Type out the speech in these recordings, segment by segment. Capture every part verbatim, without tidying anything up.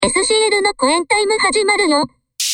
エスシーエル のコエンタイム始まるよ。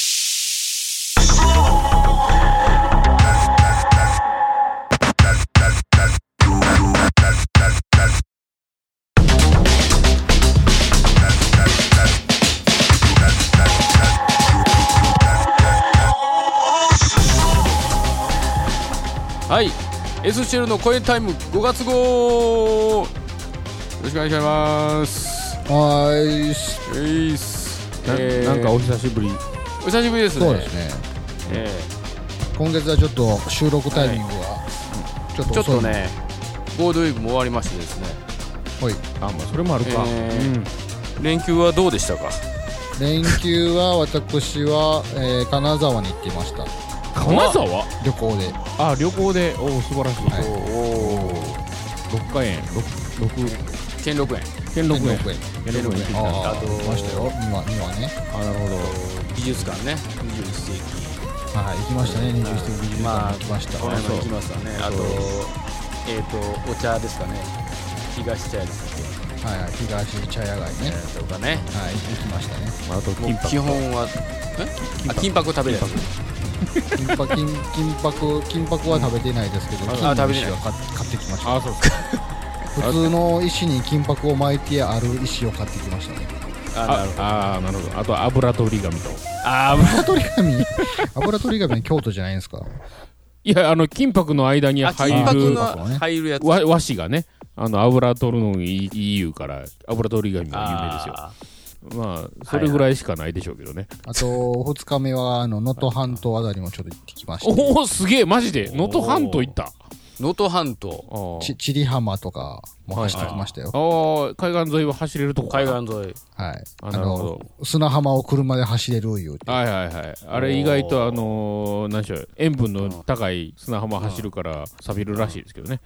はい、 エスシーエル のコエンタイムごがつ号、よろしくお願いします。 はーいす、 えーいすな, えー、 なんかお久しぶり。 お久しぶりですね。 そうですね、 え今月はちょっと収録タイミングがちょっー、 と遅い、 ちょっとねゴールデンウィークも終わりましてですね、 はい、 あ、まあそれもあるか、 えーうん、 連休はどうでしたか？ 連休は私は、えー、金沢に行っていました。 金沢旅行で。 あ、旅行で、おお素晴らしい、 はい、 おおろっかえん、ろく兼六園兼六園兼六園兼六園行ってきたんだ。 ああ、 あと行きましたよ、にわにわね。 あ、なるほど。 美術館ね、にじゅういっせいきはい、行きましたね、にじゅういっせいき美術館に行きました。 この辺も行きますわね。あとえっ、ー、とお茶ですかね、東茶屋ですかはいはい、東茶屋街ね、 ね、とかね、 はい、行きましたね。 あと金箔、 基本はえあ金箔食べれない。 金箔、金金箔、金箔は食べてないですけど、金の石は買買ってきました。 あ、そうですか。 普通の石に金箔を巻いてある石を買ってきましたね。 ああ、なるほど。あと油取り紙と。 あ油取り紙油取り紙は京都じゃないんですか？ いや、あの金箔の間にあ入金箔るの入るやつ。 和和紙がね、あの油取るのにいい言うから油取り紙が有名ですよ。まあそれぐらいしかないでしょうけどね。 あとふつかめはあの能登半島あたりもちょっと行ってきました。 おお、すげえ、マジで能登半島行った。 能登半島、 ち千里浜とかも走ってきましたよ。 ああ、海岸沿いは走れるとこかな。 海岸沿い。 はい。 あ、 あなるほど。 の砂浜を車で走れる言うて。 はいはいはい。あれ意外とあのー、何でしょう、塩分の高い砂浜走るから錆びるらしいですけどね。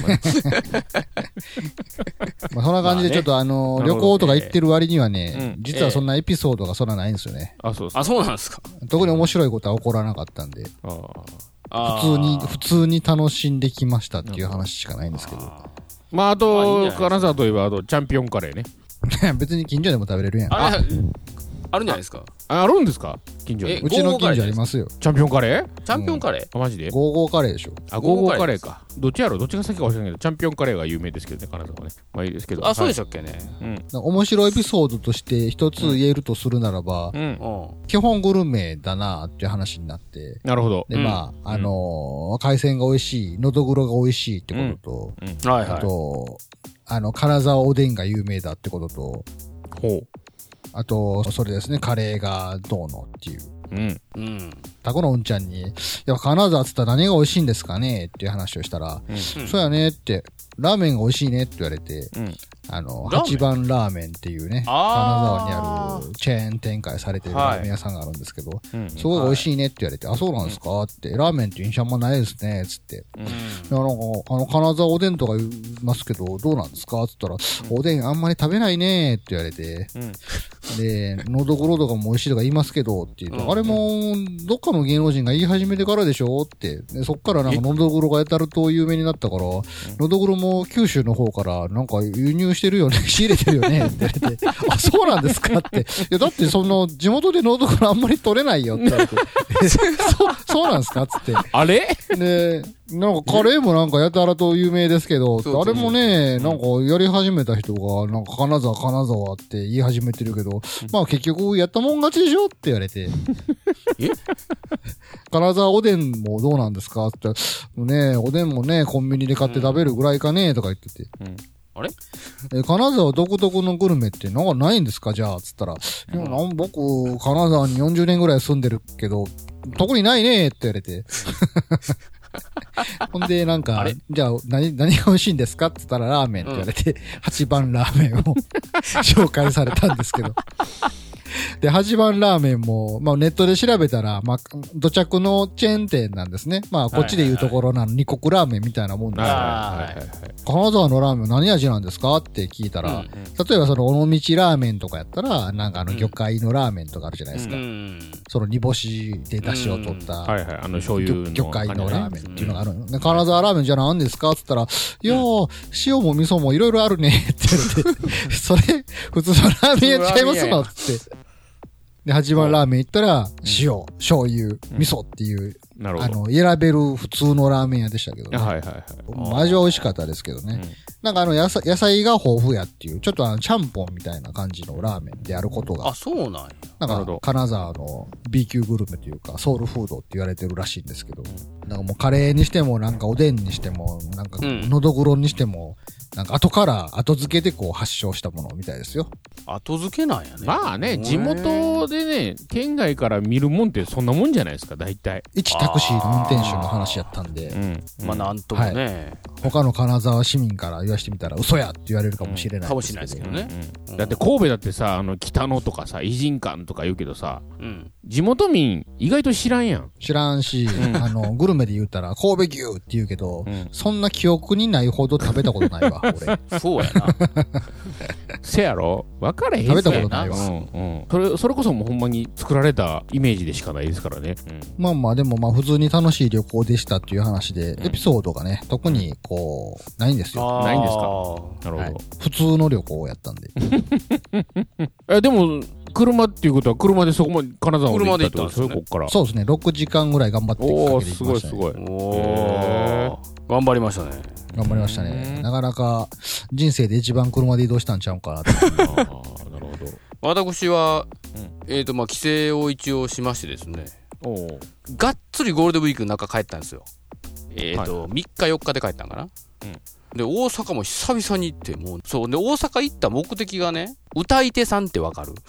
まあそんな感じでちょっとあのー、旅行とか行ってる割にはね、 うん、 実はそんなエピソードがそんなないんですよね。 あ、そうです。 あ、そうなんですか。 特に面白いことは起こらなかったんで。 あ普通に、普通に楽しんできましたっていう話しかないんですけど。 まあ、あと、 あいいんじゃないですか金沢といえば、あと、チャンピオンカレーね。 別に近所でも食べれるやん。 あれ、あるんじゃないですか。 あ、あるんですか近所に。 えうちの近所ありますよ。 チャンピオンカレーチャンピオンカレー、 あ、マジでゴーゴーカレーでしょ。 あ、ゴーゴーカレーか。どっちやろどっちが先か忘れたけど、チャンピオンカレーが有名ですけどね、金沢はね。まあいいですけど。 あ、そうでしょ。 たっけね。 うん。 面白いエピソードとして一つ言えるとするならば、 うん。 うん。 基本グルメだなっていう話になって、 なるほど。 で、まあ、あのー、海鮮が美味しい、のどぐろが美味しいってことと、あはいはい。 と、あの、金沢おでんが有名だってことと、 ほう。 あと、それですね、カレーがどうのっていう。 うん。 うん。 タコのうんちゃんに、いや、金沢っつったら何が美味しいんですかねっていう話をしたら、 うん。 そうやねって、ラーメンが美味しいねって言われて、 うん。 あの、 ラーメン八番ラーメンっていうね、金あー沢にあるチェーン展開されてるラーメン屋さんがあるんですけど、 うん。 すごい美味しいねって言われて、あ、そうなんですかって、ラーメンって印象あんまないですね、つって。 うん。 いや、なんか、あの、金沢おでんとか言いますけど、どうなんですかつったら、おでんあんまり食べないねって言われて、 うん。 で、のどぐろとかも美味しいとか言いますけど、って言うと、 うんあれも、どっかの芸能人が言い始めてからでしょって。で、そっからなんかのどぐろがやたると有名になったから、のどぐろも九州の方からなんか輸入してるよね、仕入れてるよね、って言われて、あ、そうなんですかって。いや、だってその、地元でのどぐろあんまり取れないよって言われて、えそ、そうなんですかつって。 あれで、なんかカレーもなんかやたらと有名ですけど、 そうそうあれもね、なんかやり始めた人が、なんか金沢金沢って言い始めてるけど、まあ結局やったもん勝ちでしょって言われて。 え金沢おでんもどうなんですかって言ったら、ねおでんもね、コンビニで買って食べるぐらいかねとか言ってて。 うん。 あれえ、金沢独特のグルメってなんかないんですかじゃあ、つったら。いやなん僕、金沢によんじゅうねんぐらい住んでるけど、特にないねって言われて。ほんで、なんか、じゃあ、何、何が美味しいんですかって言ったら、ラーメンって言われて、はちばんラーメンを紹介されたんですけど。 で、八番ラーメンも、まあネットで調べたら、まあ、土着のチェーン店なんですね。まあこっちでいうところなの、二国ラーメンみたいなもんですよ。金沢のラーメン何味なんですかって聞いたら、うんうん、例えばその尾道ラーメンとかやったら、なんかあの魚介のラーメンとかあるじゃないですか。うんうん、その煮干しで出汁を取った、 はいはい、あの醤油の魚介のラーメンっていうのがあるの。で、金沢ラーメンじゃ何ですかって言ったら、いやー、塩も味噌もいろいろあるねって言われて、それ、普通のラーメンやっちゃいますのって。で、八番ラーメン行ったら、塩、うん、醤油、味噌っていう、うん、あの、選べる普通のラーメン屋でしたけどね。はいはいはい。味は美味しかったですけどね。うん、なんかあの野菜、野菜が豊富やっていう、ちょっとあの、ちゃんぽんみたいな感じのラーメンであることが。 あ、そうなんや。 なんか、金沢の B 級グルメというか、ソウルフードって言われてるらしいんですけど、うん、なんかもうカレーにしても、なんかおでんにしても、なんか、のどぐろにしても、なんか後から後付けでこう発祥したものみたいですよ。 後付けなんやね。 まあね、地元でね、県外から見るもんってそんなもんじゃないですか、大体。 一タクシーの運転手の話やったんで。 うん、まあなんともね、はい。 他の金沢市民から言わしてみたら嘘やって言われるかもしれない、うん。 かもしれないですけどね。 うんうん、だって神戸だってさ、あの北野とかさ、偉人館とか言うけどさ、うん、地元民意外と知らんやん。 知らんし、うん、あの、グルメで言ったら神戸牛って言うけど、うん、そんな記憶にないほど食べたことないわ、俺。 そうやな。 せやろ分かれへん。 食べたことないわ。 うんうん。それ、それこそもうほんまに作られたイメージでしかないですからね。うん、 まあまあ、でもまあ普通に楽しい旅行でしたっていう話で、うん、エピソードがね、特にこう、ないんですよ。 ないんですか。なるほど、はい。 普通の旅行やったんで。 え、でも、車っていうことは車でそこまで金沢まで行ったってことですよ、こっから。 そうですね、ろくじかんぐらい頑張ってかけてきました、ね。 おー、すごいすごい。 おー、頑張りましたね。 頑張りましたね。なかなか人生で一番車で移動したんちゃうかなと。ああ、なるほど。私は、うん、えっ、ー、と、まあ、帰省を一応しましてですね。おがっつりゴールデンウィークの中帰ったんですよ。えっ、ー、と、はい、みっかよっかで帰ったんかな。うん、で、大阪も久々に行って、もう、そう、で、大阪行った目的がね、歌い手さんってわかる？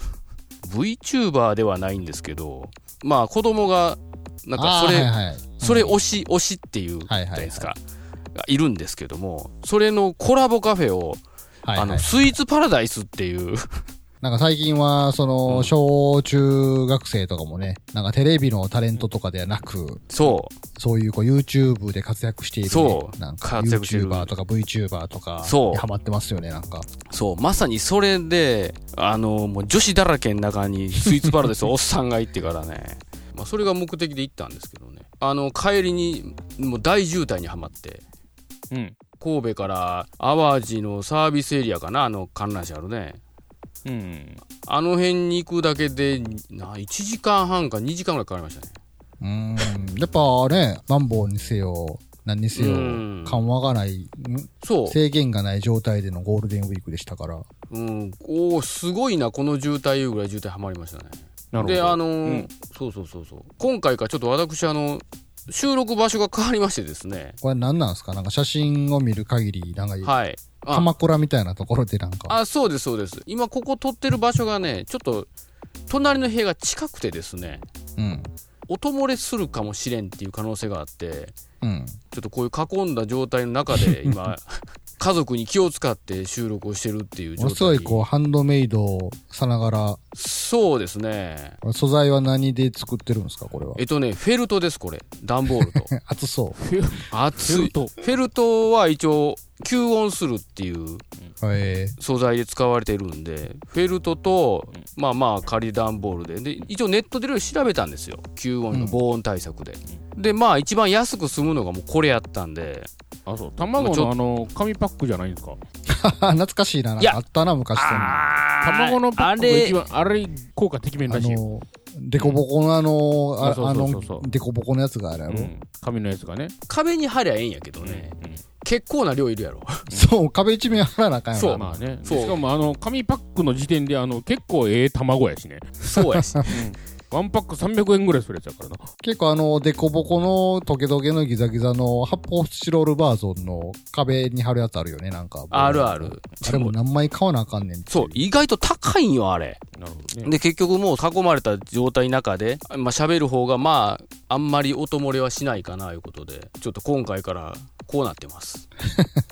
VTuber ではないんですけど、まあ、子供が、なんか、それ、はいはい、それ推し、推しっていうじゃないですか。はいはいはいがいるんですけども、それのコラボカフェを、はいはい、あの、スイーツパラダイスっていう。 なんか最近は、その、うん、小中学生とかもね、なんかテレビのタレントとかではなく、 そう。 そういうこう YouTube で活躍している、ね、 そう。 なんか YouTuber とか VTuber とか、 そう。 ハマってますよね、なんか。 そう。まさにそれで、あの、もう女子だらけの中にスイーツパラダイスおっさんが行ってからね、まあそれが目的で行ったんですけどね。あの、帰りに、もう大渋滞にはまって、うん、神戸から淡路のサービスエリアかな、あの観覧車あるね、うん、あの辺に行くだけでないちじかんはんかにじかんぐらいかかりましたね。 うーん、やっぱね、マンボウにせよ何にせよ緩和がない、そう制限がない状態でのゴールデンウィークでしたから、 うん、おーすごいなこの渋滞いうぐらい渋滞はまりましたね。なるほど。で、あのーうん、そうそうそうそう、今回からちょっと私あの収録場所が変わりましてですね。 これ何なんですか？なんか写真を見る限り、なんか、 はい。 鎌倉みたいなところでなんか。 あ、そうです、そうです。今ここ撮ってる場所がね、ちょっと、隣の部屋が近くてですね。うん。音漏れするかもしれんっていう可能性があって、うん。ちょっとこういう囲んだ状態の中で今、家族に気を使って収録をしてるっていう状態。ものすごいこう、ハンドメイドさながら。 そうですね。 素材は何で作ってるんですか、これは。 えっとね、フェルトです、これ。段ボールと。 熱そう。 熱い。フェルト。フェルトは一応、吸音するっていう素材で使われているんで、フェルトと、まあまあ仮段ボールで、で、一応ネットでいろいろ調べたんですよ。吸音の防音対策で。うん、で、まあ一番安く済むのがもうこれやったんで。 あ、そう。卵のあの、紙パックじゃないんですか？ 懐かしいな。なんかあったな、昔そんな。卵のパックが一番、あれ、効果てきめんらしいよ。 デコボコのあの、あの、デコボコのやつがあるやろ、うん、 紙のやつがね。 壁に貼りゃええんやけどね。うんうん、結構な量いるやろ。 そう、壁一面貼らなあかんやろ。 そう、まあね。そう。しかもあの、紙パックの時点であの、結構ええ卵やしね。 そうやし。うんワンパックさんびゃくえんぐらいするやつやからな。 結構あの、デコボコのトゲトゲのギザギザの発泡スチロールバージョンの壁に貼るやつあるよね、なんか。 あるある。 あれも何枚買わなあかんねんって。 そう、意外と高いんよ、あれ。なるほどね。で、結局もう囲まれた状態の中で、まあ喋る方がまあ、あんまり音漏れはしないかな、いうことで、ちょっと今回からこうなってます。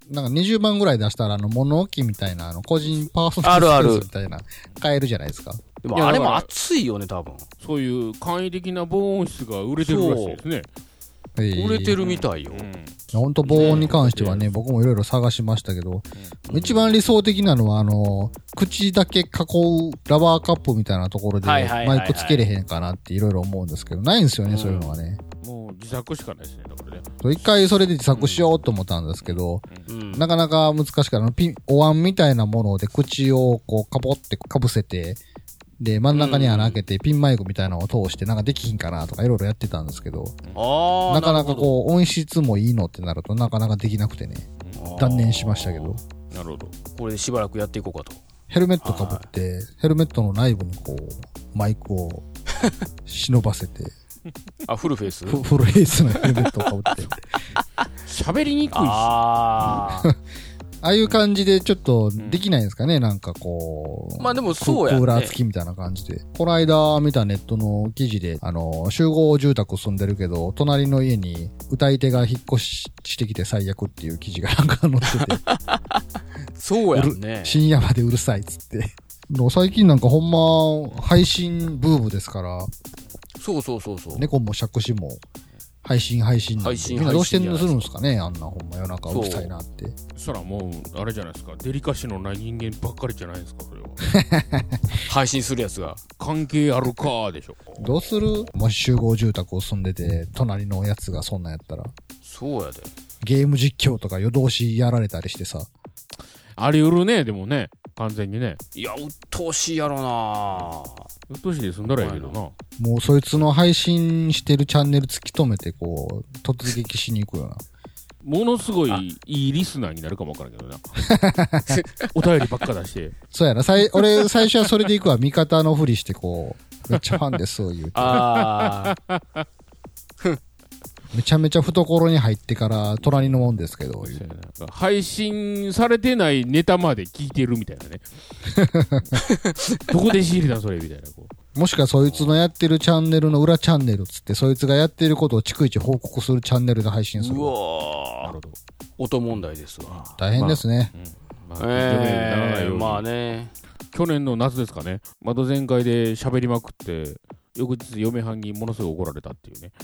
なんかにじゅうまんぐらい出したら、あの、物置みたいな、あの、個人パーソナルスペースみたいな、買えるじゃないですか。 でもあれも熱いよね、多分。 そういう簡易的な防音室が売れてるらしいですね。 えー、売れてるみたいよ。 ほんと防音に関してはね、僕もいろいろ探しましたけど、うん、一番理想的なのは、あの、口だけ囲うラバーカップみたいなところで、マイクつけれへんかなっていろいろ思うんですけど、ないんですよね、うん、そういうのはね。 もう自作しかないですね、だからね。 一回それで自作しようと思ったんですけど、うん、なかなか難しかった。ピン、お椀みたいなもので口をこう、カポってかぶせて、で、真ん中に穴開けて、ピンマイクみたいなのを通して、なんかできひんかなとかいろいろやってたんですけど、 あなかなかこう、音質もいいのってなると、なかなかできなくてね、断念しましたけど。 なるほど。 これでしばらくやっていこうかと。 ヘルメットかぶって、ヘルメットの内部にこう、マイクを忍ばせて、 あ、フルフェイスフフルフェイスのヘルメットをかぶって。 喋りにくいし。 ああ。 ああいう感じでちょっとできないんですかね、うん、なんかこう。 まあでもそうやね。 クーラー付きみたいな感じで。この間見たネットの記事で、あの、集合住宅住んでるけど、隣の家に歌い手が引っ越ししてきて最悪っていう記事がなんか載ってて。 そうやんね。 深夜までうるさいっつって。最近なんかほんま配信ブームですから。 そうそうそうそう。 猫も杓子も。配信配信配信みんなどうしてんのするんですかね、あんなほんま夜中うるさいなって。 そしたらもうあれじゃないですか、デリカシーのない人間ばっかりじゃないですか、それは。 配信するやつが関係あるかでしょ。 どうする？もし集合住宅を住んでて隣のやつがそんなんやったら。 そうやで。 ゲーム実況とか夜通しやられたりしてさ。 あり得るね、でもね、完全にね。 いや、うっとうしいやろな。 うっとうしいで済んだらいいけどな。 もうそいつの配信してるチャンネル突き止めてこう突撃しに行くよな。 ものすごいいいリスナーになるかもわからんけどな。お便りばっか出して。 そうやな。さい俺最初はそれで行くわ。味方のふりしてこうめっちゃファンですそう言うて。 ああ。 めちゃめちゃ懐に入ってから隣のもんですけど。 配信されてないネタまで聞いてるみたいなね。どこで仕入れたそれみたいな。こうもしくはそいつのやってるチャンネルの裏チャンネルっつって、そいつがやってることを逐一報告するチャンネルで配信する。 うわー。なるほど。音問題ですわ。 大変ですね。 まあ、うんまあ、えー、まあね。 去年の夏ですかね。窓全開で喋りまくって、翌日嫁はんにものすごい怒られたっていうね。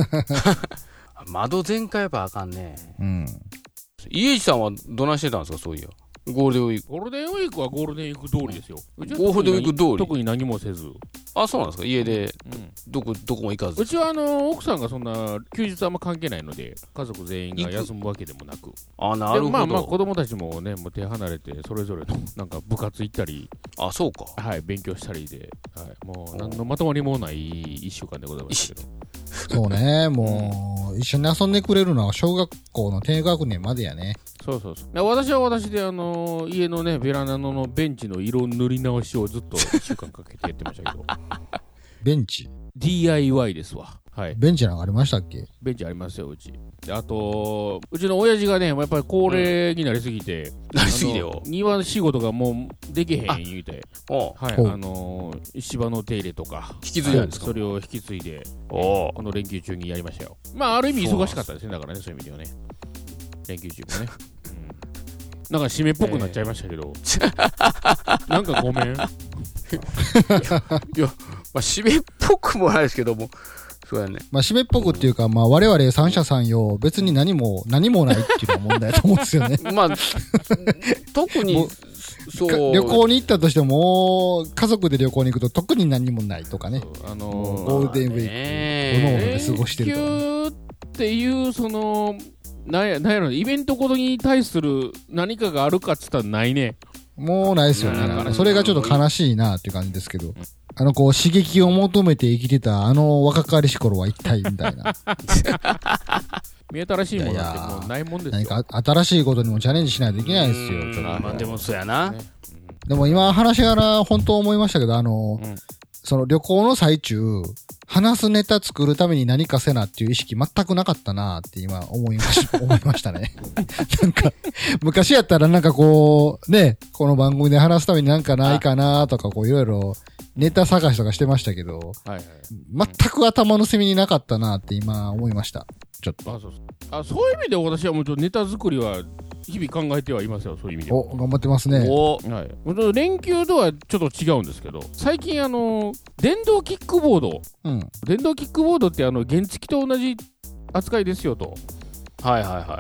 窓全開やっぱあかんね。 うん。 家市さんはどないしてたんですか、そういや。ゴールデンウィーク。 ゴールデンウィークはゴールデンウィーク通りですよ。 ゴールデンウィーク通り。 特に何もせず。 あ、そうなんですか、家で、うん、どこ、どこも行かず。 うちはあの、奥さんがそんな休日あんま関係ないので、家族全員が休むわけでもなく。 あ、なるほど。 まあまあ子供たちもね、もう手離れて、それぞれのなんか部活行ったり。 あ、そうか。 はい、勉強したりで。はい、もう何のまとまりもない一週間でございましたけど。 そうね、もう、一緒に遊んでくれるのは小学校の低学年までやね。 そうそうそう。私は私で、あのー、家のね、ベランダのベンチの色塗り直しをずっといっしゅうかんかけてやってましたけど。 ベンチディーアイワイ ですわ。はい。 ベンチなんかありましたっけ？ ベンチありますよ、うち。であと、うちの親父がね、やっぱり高齢になりすぎて、 うん、なりすぎてよ。 庭仕事がもうできへん言うて、 はい、 あのー、芝の手入れとか、 引き継いだんですか？ それを引き継いで、この連休中にやりましたよ。まあ、ある意味忙しかったですね、だからね、そういう意味ではね。連休中もね。うん、なんか締めっぽくなっちゃいましたけど、えー、なんかごめん。いや、 いやまあ、締めっぽくもないですけども、そうやね。 まあ、締めっぽくっていうか、まあ、我々三者三様、別に何も、何もないっていうのは問題だと思うんですよね。 まあ、特に、 そう。旅行に行ったとしても、家族で旅行に行くと特に何もないとかね。 あのー、 ゴールデンウィーク、おのおので過ごしてると、ね。 連休っていう、その、なんや、なんやろ、イベントごとに対する何かがあるかっつったらないね。 もうないですよね。なんかそれがちょっと悲しいなっていう感じですけど。あの、こう、刺激を求めて生きてた、あの若かりし頃は一体みたいな。 見新しいものってもうないもんですよ。 何か新しいことにもチャレンジしないといけないですよ。ちょっとまあでもそうやな。ね、 でも今話しながら本当思いましたけど、あの、うん、その旅行の最中、話すネタ作るために何かせなっていう意識全くなかったなって今思いまし、思いましたね。なんか、昔やったらなんかこう、ね、この番組で話すためになんかないかなとかこういろいろネタ探しとかしてましたけど、はいはい、全く頭の隅になかったなって今思いました。ちょっと。 あ、そうそう。あ、そういう意味で私はもうちょっとネタ作りは日々考えてはいますよ、そういう意味では。 お、頑張ってますね。 おはい、連休とはちょっと違うんですけど、最近あの電動キックボード、 うん、 電動キックボードってあの原付と同じ扱いですよと。 はいはいはい。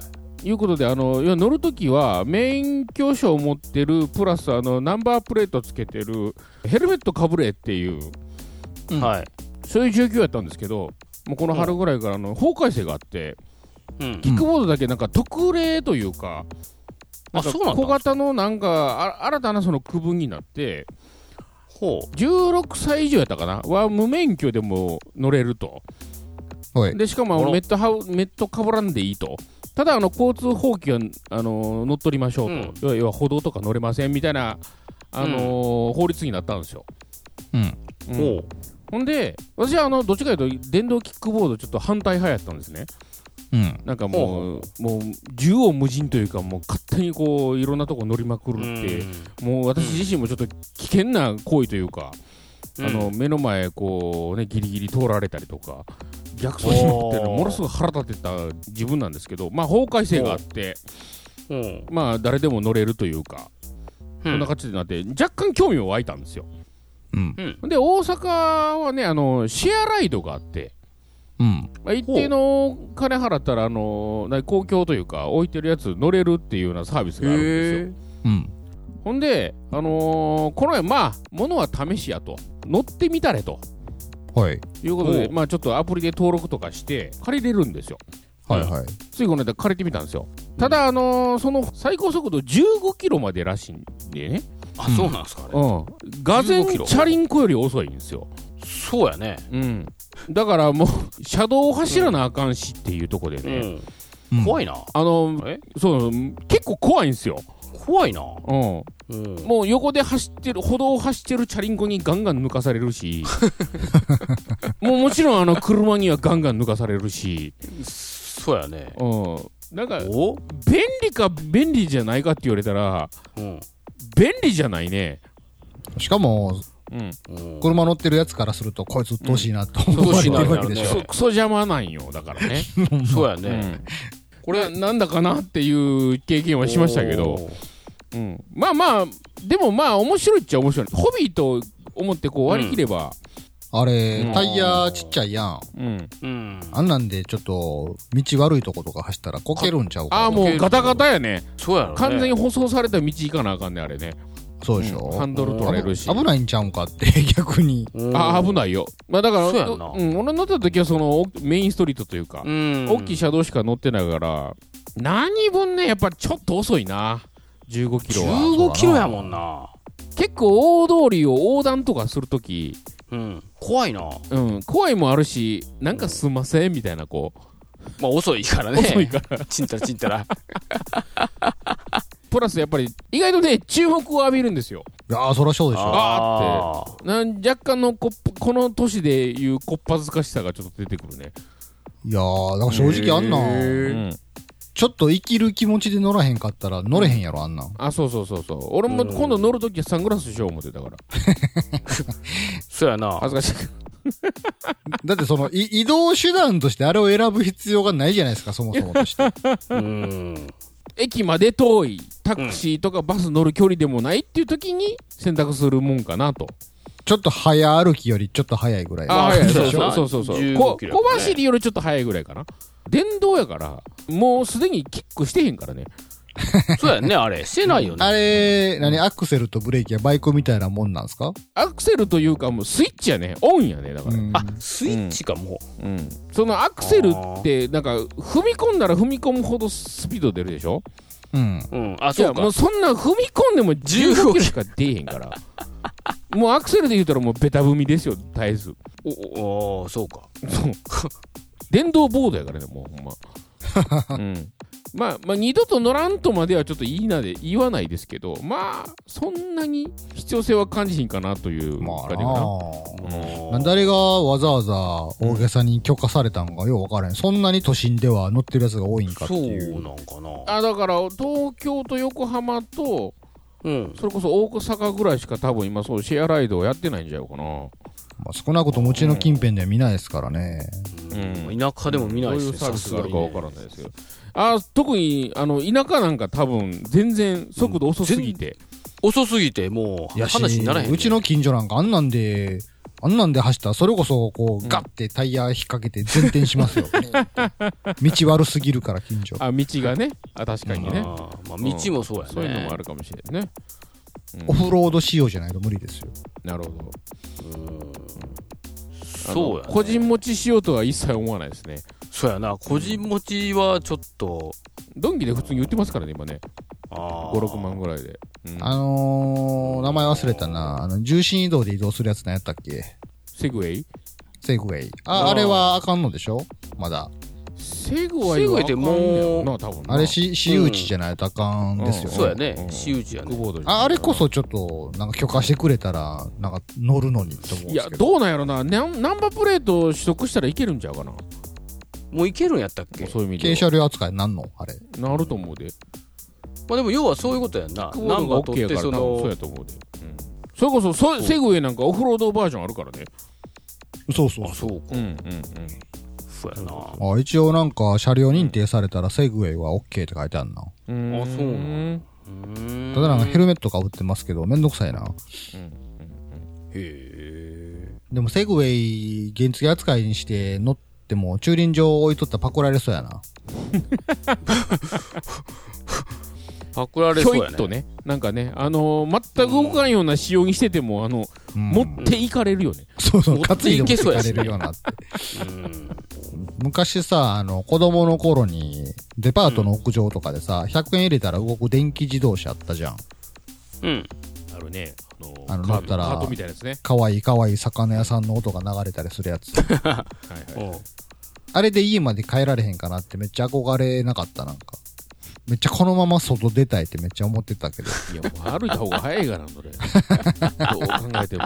いうことで、あの要は乗るときは免許証を持ってるプラスあのナンバープレートつけてるヘルメットかぶれっていう、 うん、はい、 そういう状況やったんですけど、もうこの春ぐらいからあの法改正があって、 うん、 キックボードだけなんか特例というか、なんか小型のなんか新たなその区分になって、 ほうじゅうろくさい以上やったかなは無免許でも乗れると。でしかもメットハウメットかぶらんでいいと。ただあの交通法規はあの乗っ取りましょうと、うん、要は要は歩道とか乗れませんみたいな、あのーうん、法律になったんですよ。 うんうん、ほんで私はあのどっちかというと電動キックボードちょっと反対派やったんですね。 うん、 なんかもうもう縦横無尽というか、もう勝手にこういろんなとこ乗りまくるって、うん、もう私自身もちょっと危険な行為というか、うん、あの目の前こうねギリギリ通られたりとか逆走しまくってるのものすごい腹立てた自分なんですけど、まあ法改正があって、うん、まあ誰でも乗れるというか、うん、こんな感じになって若干興味も湧いたんですよ。うん、で大阪はねあのシェアライドがあって、うん、一定の金払ったらあの公共というか置いてるやつ乗れるっていうようなサービスがあるんですよ。うん、ほんで、あのー、この辺まあ物は試しやと乗ってみたれと、はい、いうことで、まあ、ちょっとアプリで登録とかして借りれるんですよ。はいはい、ついこの間借りてみたんですよ。ただ、あのー、その最高速度じゅうごキロまでらしいんでね。 あ、そうなんですかね。 うん。がぜんチャリンコより遅いんですよ。 そうやね。 うん。だからもう車道を走らなあかんしっていうところでね、 うんうん、怖いな。 あのそう結構怖いんですよ。 怖いな。 うん。うん、もう横で走ってる歩道を走ってるチャリンコにガンガン抜かされるしもうもちろんあの車にはガンガン抜かされるし。 そうやね。 うん。なんか便利か便利じゃないかって言われたら、うん、便利じゃないね。 しかも、うん、車乗ってるやつからするとこいつ鬱陶しいなと思われてるわけでしょ。 クソ邪魔なんよだからねそうやね、うん、 これなんだかなっていう経験はしましたけど、うん、まあまあでもまあ面白いっちゃ面白い。ホビーと思ってこう割り切れば、 うん、あれ、うん、タイヤちっちゃいやん、うんうん、あんなんでちょっと道悪いとことか走ったらこけるんちゃうか。 ああもうガタガタやね。 そうやろね。 完全に舗装された道行かなあかんねあれね。 そうでしょ、うん、 ハンドル取れるし危ないんちゃうんかって逆に。 あ危ないよ。まあだから、うん、俺乗った時はそのメインストリートというか、うん、大きい車道しか乗ってないから何分ねやっぱちょっと遅いな。じゅうごキロはじゅうごキロやもんな。 結構大通りを横断とかするとき、 うん、怖いな。 うん怖いもあるしなんかすんませんみたいなこうまあ遅いからね。 遅いからちんたらちんたらプラスやっぱり意外とね注目を浴びるんですよ。 いやーそりゃそうでしょ。 あーってなん若干のここの年でいうこっぱずかしさがちょっと出てくるね。 いやーなんか正直あんな、うん、ちょっと生きる気持ちで乗らへんかったら乗れへんやろあんなん。 あそうそうそうそう。俺も今度乗るときはサングラスしよう思ってたからそうやな。 恥ずかしいだってその移動手段としてあれを選ぶ必要がないじゃないですかそもそもとしてうん駅まで遠いタクシーとかバス乗る距離でもないっていう時に選択するもんかなと。 ちょっと早歩きよりちょっと早いぐらい。 ああそうそうそうそうそうこ小走りよりちょっと早いぐらいかな。電動やからもうすでにキックしてへんからねそうやねあれしてないよね。 あれ何アクセルとブレーキはバイクみたいなもんなんすか。 アクセルというかもうスイッチやね。オンやねだから。 あスイッチかもう、うん、 そのアクセルってなんか踏み込んだら踏み込むほどスピード出るでしょ。うん、うん、あそうか。もうそんな踏み込んでもじゅうごキロしか出えへんからもうアクセルで言うたらもうベタ踏みですよ絶えず。 おおそうかそう電動ボードやからねもうほんま、うん、まあまあ二度と乗らんとまではちょっと言いなで言わないですけどまあそんなに必要性は感じひんかなという感じかな、まあ、なんであれがわざわざ大げさに許可されたんかよう分からへん。そんなに都心では乗ってるやつが多いんかっていう。 そうなんかなあだから東京と横浜と、うん、それこそ大阪ぐらいしか多分今そうシェアライドをやってないんじゃないかな。 まあ、少なくともうちの近辺では見ないですからね。 うんうん、田舎でも見ないですね、 どういうサービスがあるかわからないですけど、あ特にあの田舎なんか多分全然速度遅すぎて、 うん、遅すぎてもう話にならへん、ね、 うちの近所なんかあんなんであんなんで走ったらそれこそこうガッてタイヤ引っ掛けて前転しますよ、道悪すぎるから近所。 あ道がね、あ確かにね、 あ、まあ、道もそうやね、うん、 そういうのもあるかもしれないね、 うん、オフロード仕様じゃないと無理ですよ。 なるほど。うん、 そうや、ね、 個人持ちしようとは一切思わないですね。 そうやな、個人持ちはちょっとドンキで普通に売ってますからね今ね、ご、ろくまんぐらいで、 うん、あのー、名前忘れたな、あの重心移動で移動するやつ何やったっけ？ セグウェイ？ セグウェイ。あ、あ, あれはあかんのでしょまだ。 セグウェイはあかんねんな多分な。 あれし私有地じゃないとあかんですよね、うんうん、 そうやね、私有地やね。 あ, あれこそちょっとなんか許可してくれたらなんか乗るのにと思うんですけど。 いやどうなんやろな、ナンバープレート取得したらいけるんちゃうかな。 もういけるんやったっけ？ そういう意味で軽車両扱いなんのあれなると思うで。 まあでも要はそういうことやんな。ナンバー取ってそのそうやと思うで、うん、それこそそセグウェイなんかオフロードバージョンあるからね。 そうそうそうか、うんうんうん、そうやな。 あ一応なんか車両認定されたらセグウェイは OK って書いてあるな。 うん、あそうなん。ただなんかヘルメットかぶってますけどめんどくさいな、うんうんうん、 へえ。 でもセグウェイ原付扱いにして乗っても駐輪場置いとったらパクられそうやなパクられそうやね。 ひょいっとね、なんかね、あのー、全く動かんような仕様にしてても、あの、うん、持っていかれるよね。 そうそう、担いで持っていかれるようなって。うん、昔さ、あの、子供の頃に、デパートの屋上とかでさ、ひゃくえん入れたら動く電気自動車あったじゃん。 うん。 あるね。あのー、 あの、乗ったら、 カートみたいなやつね。 かわいいかわいい魚屋さんの音が流れたりするやつ。はいはい。あれで家まで帰られへんかなってめっちゃ憧れなかった、なんか。めっちゃこのまま外出たいってめっちゃ思ってたけど。 いや、もう歩いた方が早いからな、それ。どう考えても。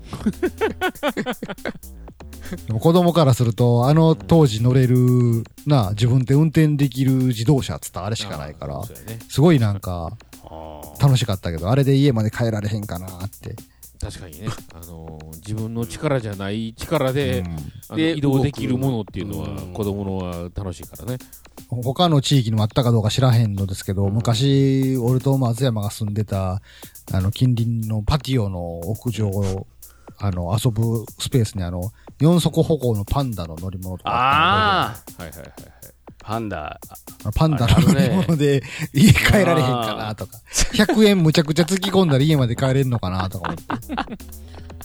でも子供からすると、あの当時乗れる、な、自分で運転できる自動車っつったらあれしかないから、ね、すごいなんか、楽しかったけど、あれで家まで帰られへんかなって。 確かにね、あのー、自分の力じゃない力で、うん、あの移動できるものっていうのは、子供のは楽しいからね。 他の地域にもあったかどうか知らへんのですけど、うん、昔、俺と松山が住んでた、あの、近隣のパティオの屋上を、あの、遊ぶスペースにあの、四足歩行のパンダの乗り物とかああ。はいはいはいはい。 パンダ。 パンダの乗り物で家帰られへんかなとか。ひゃくえんむちゃくちゃ突き込んだら家まで帰れんのかなとか思って。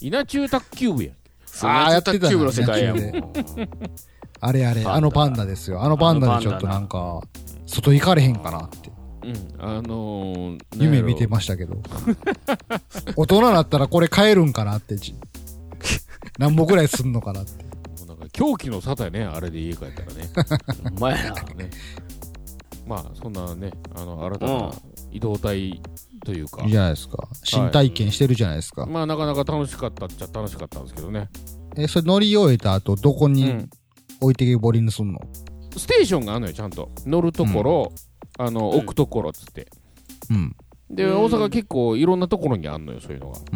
稲中卓球部やん。 ああ、やってた卓球部の世界やもん。 あれあれ、あのパンダですよ。あのパンダでちょっとなんか、外行かれへんかなって。 うん、あのー、 夢見てましたけど。大人になったらこれ買えるんかなって。何本ぐらいすんのかなって。 狂気の沙汰やね、あれで家帰ったらね。 お前やな。 ね、まあ、そんなね、あの、新たな移動体というか。 いいじゃないですか。新体験してるじゃないですか。はい、 まあ、なかなか楽しかったっちゃ楽しかったんですけどね。 え、それ乗り終えた後、どこに置いてけぼりにすんの？ うん、ステーションがあるのよ、ちゃんと。乗るところ、うん、あの、置くところっつって。 うん。 で、大阪結構いろんなところにあるのよ、そういうのが。 うん。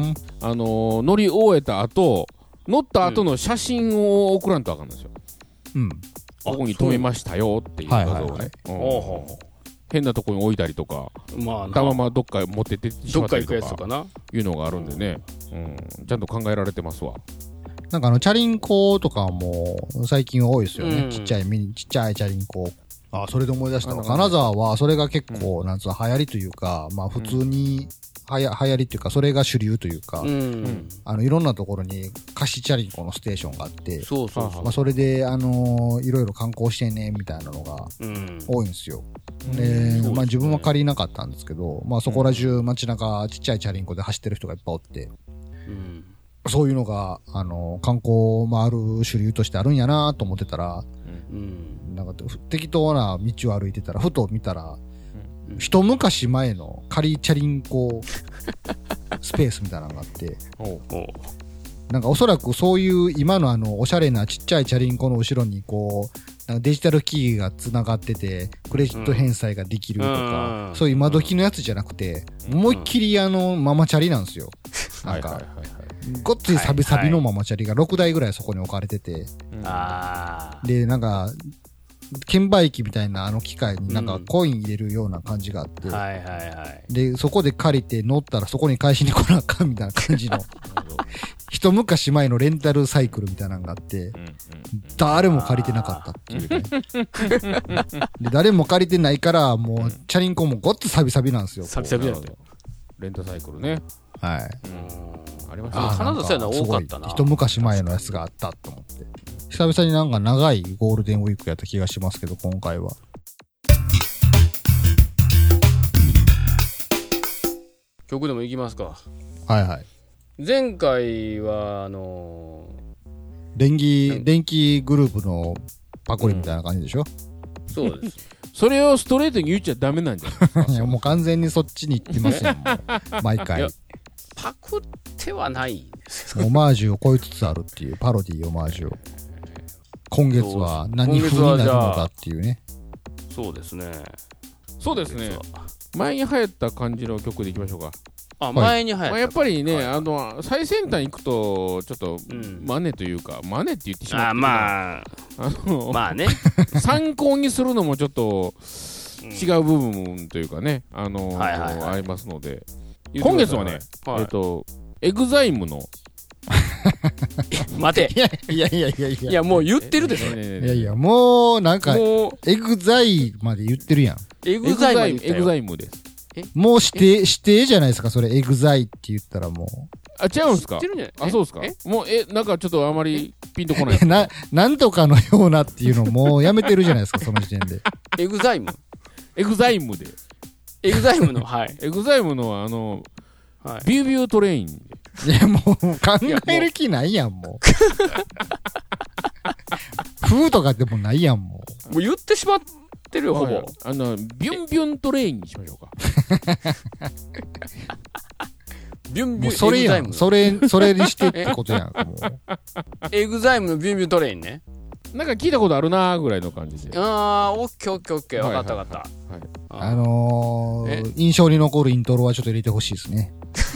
あの、乗り終えた後、乗った後の写真を送らんとあかんんですよ。 うん。 ここに止めましたよっていう画像をね。変なとこに置いたりとか、まあ、たままどっか持ってってしまったりとかいうのがあるんでね、うん、ちゃんと考えられてますわ。 なんかあのチャリンコとかも最近多いですよね、うん、ちっちゃいミニちっちゃいチャリンコ。あ、それで思い出したの。金沢はそれが結構、うん、なんつうの流行りというか、まあ普通にはや、流行りっていうか、それが主流というか、うん、あのいろんなところに貸しチャリンコのステーションがあって、 そうそうそう、 まあそれであのー、いろいろ観光してねみたいなのが多いんですよ。うん、で、まあ自分は借りなかったんですけど、まあそこら中街中ちっちゃいチャリンコで走ってる人がいっぱいおって、うん、そういうのがあのー、観光回る主流としてあるんやなと思ってたら、うん、なんか適当な道を歩いてたらふと見たら、うん、一昔前の仮チャリンコスペースみたいなのがあっておうおう、なんかおそらくそういう今のあのおしゃれなちっちゃいチャリンコの後ろにこうなんかデジタル機器がつながっててクレジット返済ができるとか、うん、そういう今時のやつじゃなくて、うん、思いっきりあのママチャリなんですよ。なんかごっついサビサビのママチャリがろくだいぐらいそこに置かれてて、 あで、なんか、券売機みたいなあの機械になんかコイン入れるような感じがあって、 うん、はいはいはい。 で、そこで借りて乗ったらそこに返しに来なあかんみたいな感じの、一昔前のレンタルサイクルみたいなのがあって、うんうん、誰も借りてなかったっていうね。で、誰も借りてないから、もう、チャリンコもごっつサビサビなんですよ。 サビサビだったよ。 レンタサイクルね。 はい。 うん、ありましたね。金沢そうやな、多かったな。 一昔前のやつがあったと思って。久々になんか長いゴールデンウィークやった気がしますけど、今回は。 曲でもいきますか。 はいはい。 前回は、あのー、電気、電気グループのパクリみたいな感じでしょ、 うん、そうです。 それをストレートに言っちゃダメなんじゃないですか。 いや、もう完全にそっちに行ってますよ、もう毎回。 パクってはないんですオマージュを超えつつあるっていう、パロディオマージュを。今月は何風になるのかっていうね。 そうですね。 そうですね。前に流行った感じの曲でいきましょうか。 あ、前に流行った、 まあ、やっぱりね、はい、あの最先端行くとちょっとマネというか、うん、マネって言ってしまって、 あ、まあ、あのまあね、 参考にするのもちょっと違う部分というかね、あの、はいはいはい、ありますので、今月はね、はい、えっとエグザイムの待て。 いやいやいやいやいや。 いや、もう言ってるでしょ。 いやいや、もう、なんか、エグザイまで言ってるやん。 エグザイムエグザイムです。 もう指定、指定じゃないですか、それ、エグザイって言ったらもう。 あ、違うんですか？あ、そうですか？もう、え、なんかちょっとあまりピンとこない。 な、なんとかのようなっていうのもうやめてるじゃないですか、その時点で。 エグザイムエグザイムで。 エグザイムの、はい。 エグザイムの、あの、はい、ビュービュートレイン。 いや、もう考える気ないやん、もう。風とかでもないやん、もう。もう言ってしまってるよ、ほぼ。 あの、ビュンビュントレインにしましょうか。 ビュンビュン、 もうそれやん。それ、それにしてってことやん、もう。 エグザイムのビュンビュントレインね。 なんか聞いたことあるなーぐらいの感じで。 あー、オッケーオッケーオッケー。わかったわかった。 あのー、印象に残るイントロはちょっと入れてほしいですね。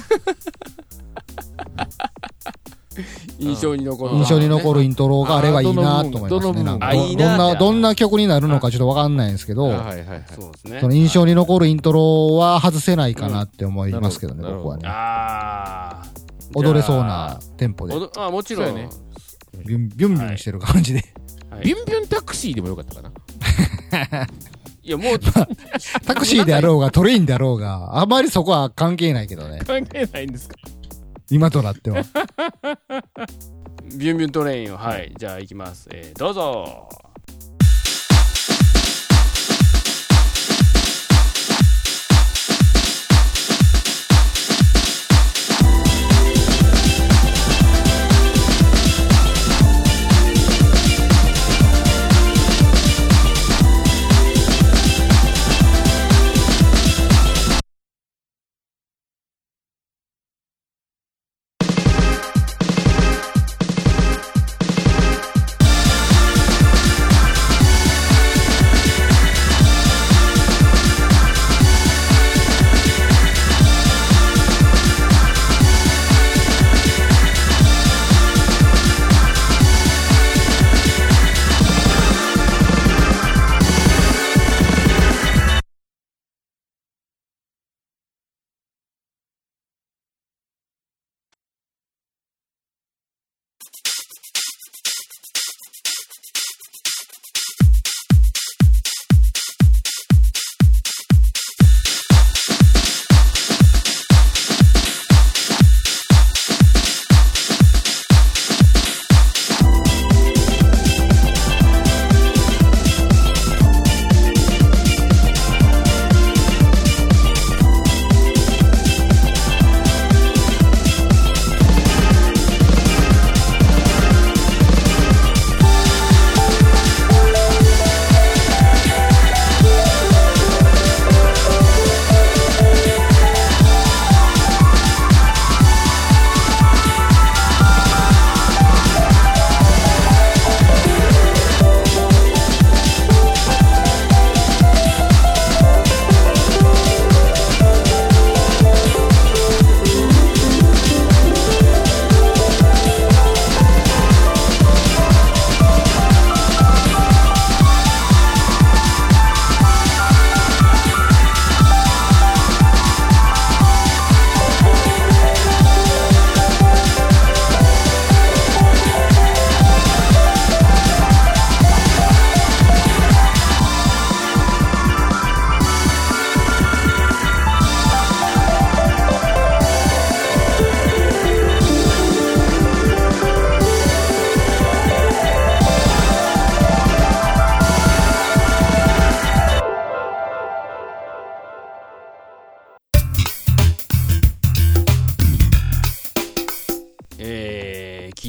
印象に残る。 印象に残るイントロがあればいいなと思いますね。なんかどんな、どんな曲になるのかちょっとわかんないんですけど、 そうですね。 その印象に残るイントロは外せないかなって思いますけどね、僕はね。 あー。踊れそうなテンポで。 あ、もちろんね。 ビュンビュンビュンしてる感じで。 ビュンビュンタクシーでもよかったかな。 いや、もう、 タクシーであろうがトレインであろうが、あまりそこは関係ないけどね。 関係ないんですか？ 今となっては。 ビュンビュントレインを、はい、じゃあ行きます。えー、どうぞ。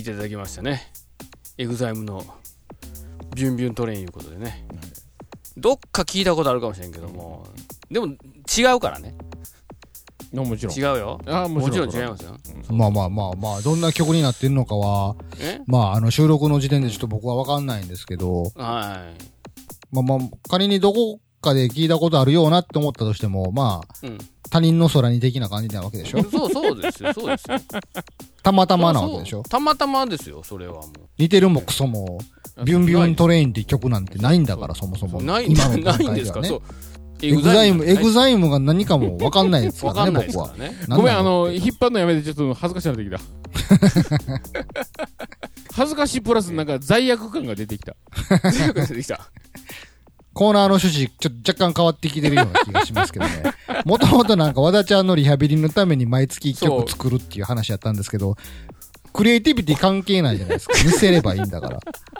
いていただきましたね。エグザイムのビュンビュントレインいうことでね、うん、どっか聞いたことあるかもしれんけども、でも違うからね。 もちろん違うよ。 あもちろんもちろん違いますよ、 うん、まあまあまあまあどんな曲になってるのかはまああの収録の時点でちょっと僕は分かんないんですけど、 はい。 まあまあ仮にどこかで聞いたことあるようなって思ったとしても、まあ、うん、他人の空に的な感じなわけでしょ。 そうそうですよ、そうですよ。 たまたまなわけでしょ。 そうそうたまたまですよ、それはもう。 似てるもクソも、ビュンビュントレインって曲なんてないんだから、そもそも。 ないんだ、ないんですか、そう。 エグザイム、エグザイムが何かも分かんないですからね、僕は。 ごめん、あの、引っ張るのやめて、ちょっと恥ずかしくなってきた。恥ずかしいプラス、なんか罪悪感が出てきた。 罪悪感が出てきた。 コーナーの趣旨、ちょっと若干変わってきてるような気がしますけどね。もともとなんか和田ちゃんのリハビリのために毎月いっきょく作るっていう話やったんですけど、クリエイティビティ関係ないじゃないですか。見せればいいんだから。